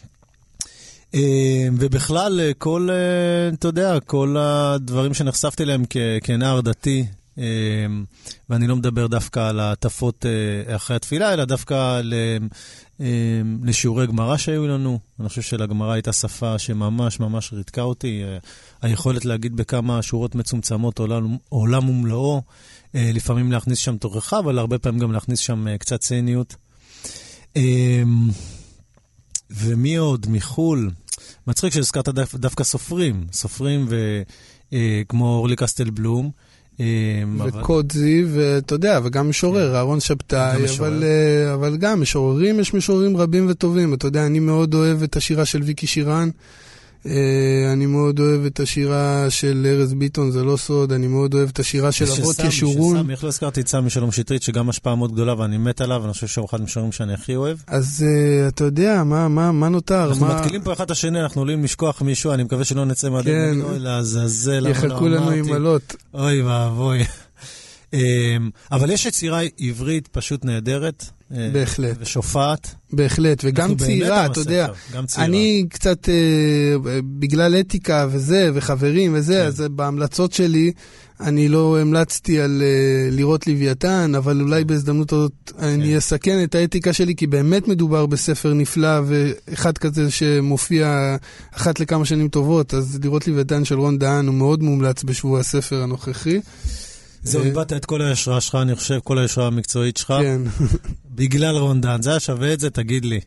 ובכלל, כל, אתה יודע, כל הדברים שנחשפתי להם כנער דתי, ואני לא מדבר דווקא על הטפות אחרי התפילה, אלא דווקא לשיעורי גמרא שהיו לנו. אני חושב שלגמרא הייתה שפה שממש ממש ריתקה אותי. היכולת להגיד בכמה שורות מצומצמות עולם, עולם ומלואו, לפעמים להכניס שם תוכחה, אבל הרבה פעמים גם להכניס שם קצת ציניות. ומי עוד? מחול. מצחיק שהזכרת דווקא סופרים. סופרים כמו אורלי קסטלבלום. וקודזי, ואתה יודע, וגם משורר, אהרון שבתאי, אבל, אבל גם משוררים, יש משוררים רבים וטובים. אתה יודע, אני מאוד אוהב את השירה של ויקי שירן. אני מאוד אוהב את השירה של ארז ביטון, זה לא סוד, אני מאוד אוהב את השירה של אבות ישורון. שסמי, איך לא הזכרתי את סמי שלום שטרית, שגם השפעה מאוד גדולה, ואני מת עליו, ואני חושב שהוא אחד משרים שאני הכי אוהב. אז אתה יודע, מה, מה, מה נותר? אנחנו מה... מתקילים פה אחד השני, אנחנו עולים לשכוח מישהו, אני מקווה שלא נצא מהדין, כן. אוי, לעזאזל, יחכו לנו עם עלות. אוי ואבוי. אבל יש יצירה עברית פשוט נהדרת. בהחלט. ושופעת. בהחלט, וגם צעירה, אתה יודע. אני קצת, בגלל אתיקה וזה, וחברים וזה, אז בהמלצות שלי, אני לא המלצתי על לראות לוויתן, אבל אולי בהזדמנות הזאת אני אסכן את האתיקה שלי, כי באמת מדובר בספר נפלא, ואחד כזה שמופיע אחת לכמה שנים טובות, אז לראות לוויתן של רון דהן הוא מאוד מומלץ בשבוע הספר הנוכחי. זהו, איבדת את כל הישרה שלך, אני חושב, כל הישרה המקצועית שלך. כן. בגלל רון דהן, זה היה שווה את זה, תגיד לי.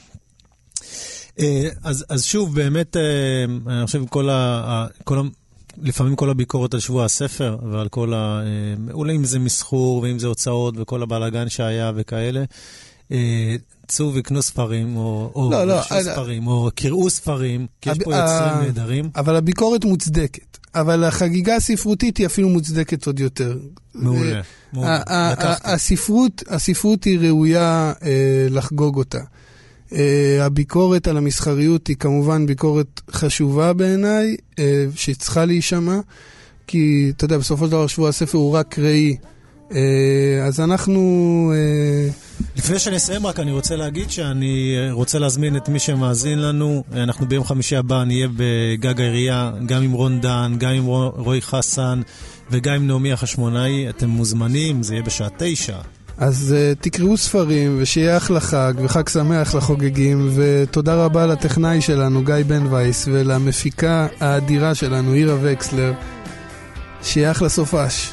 אז, אז שוב, באמת, אני חושב, כל ה, כל ה, לפעמים כל הביקורת על שבוע הספר, ועל כל ה, אולי אם זה מסחור, ואם זה הוצאות, וכל הבלגן שהיה וכאלה, צאו וקנו ספרים, או, או לא, לא, ספרים, או קראו ספרים, כי יש פה יוצרים נהדרים. אבל הביקורת מוצדקת. אבל החגיגה הספרותית היא אפילו מוצדקת עוד יותר. מעולה. הספרות, הספרות היא ראויה לחגוג אותה. הביקורת על המסחריות היא כמובן ביקורת חשובה בעיניי, שצריכה להישמע, כי אתה יודע, בסופו של דבר שבוע הספר הוא רק ראי. אז אנחנו... לפני שנסיים רק אני רוצה להגיד שאני רוצה להזמין את מי שמאזין לנו. אנחנו ביום חמישי הבא נהיה בגג העירייה, גם עם רון דהן, גם עם רועי חסן וגם עם נעמי החשמונאי. אתם מוזמנים, זה יהיה בשעה תשע. אז uh, תקראו ספרים ושיהיה אחלה חג וחג שמח לחוגגים, ותודה רבה לטכנאי שלנו גיא בן וייס ולמפיקה האדירה שלנו עירה וקסלר. שיהיה אחלה סופש.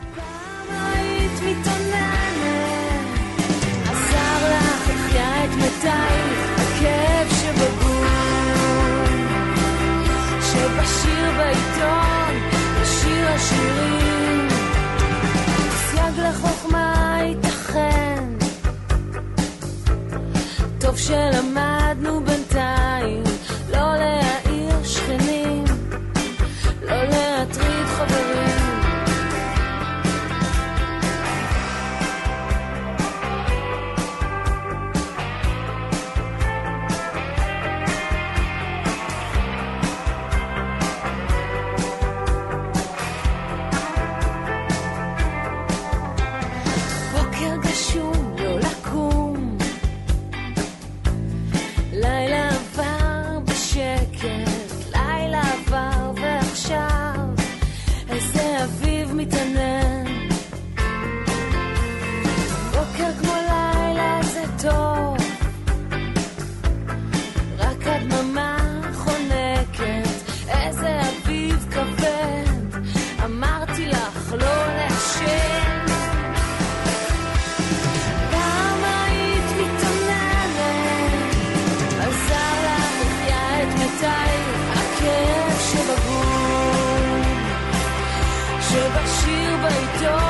שבשיר בעיתון, בשיר השירים, סייג לחוכמה ייתכן, טוב שלמדנו בינתיים, לא להעיר שכנים, לא להטריד חברים. שבשיר בעיתון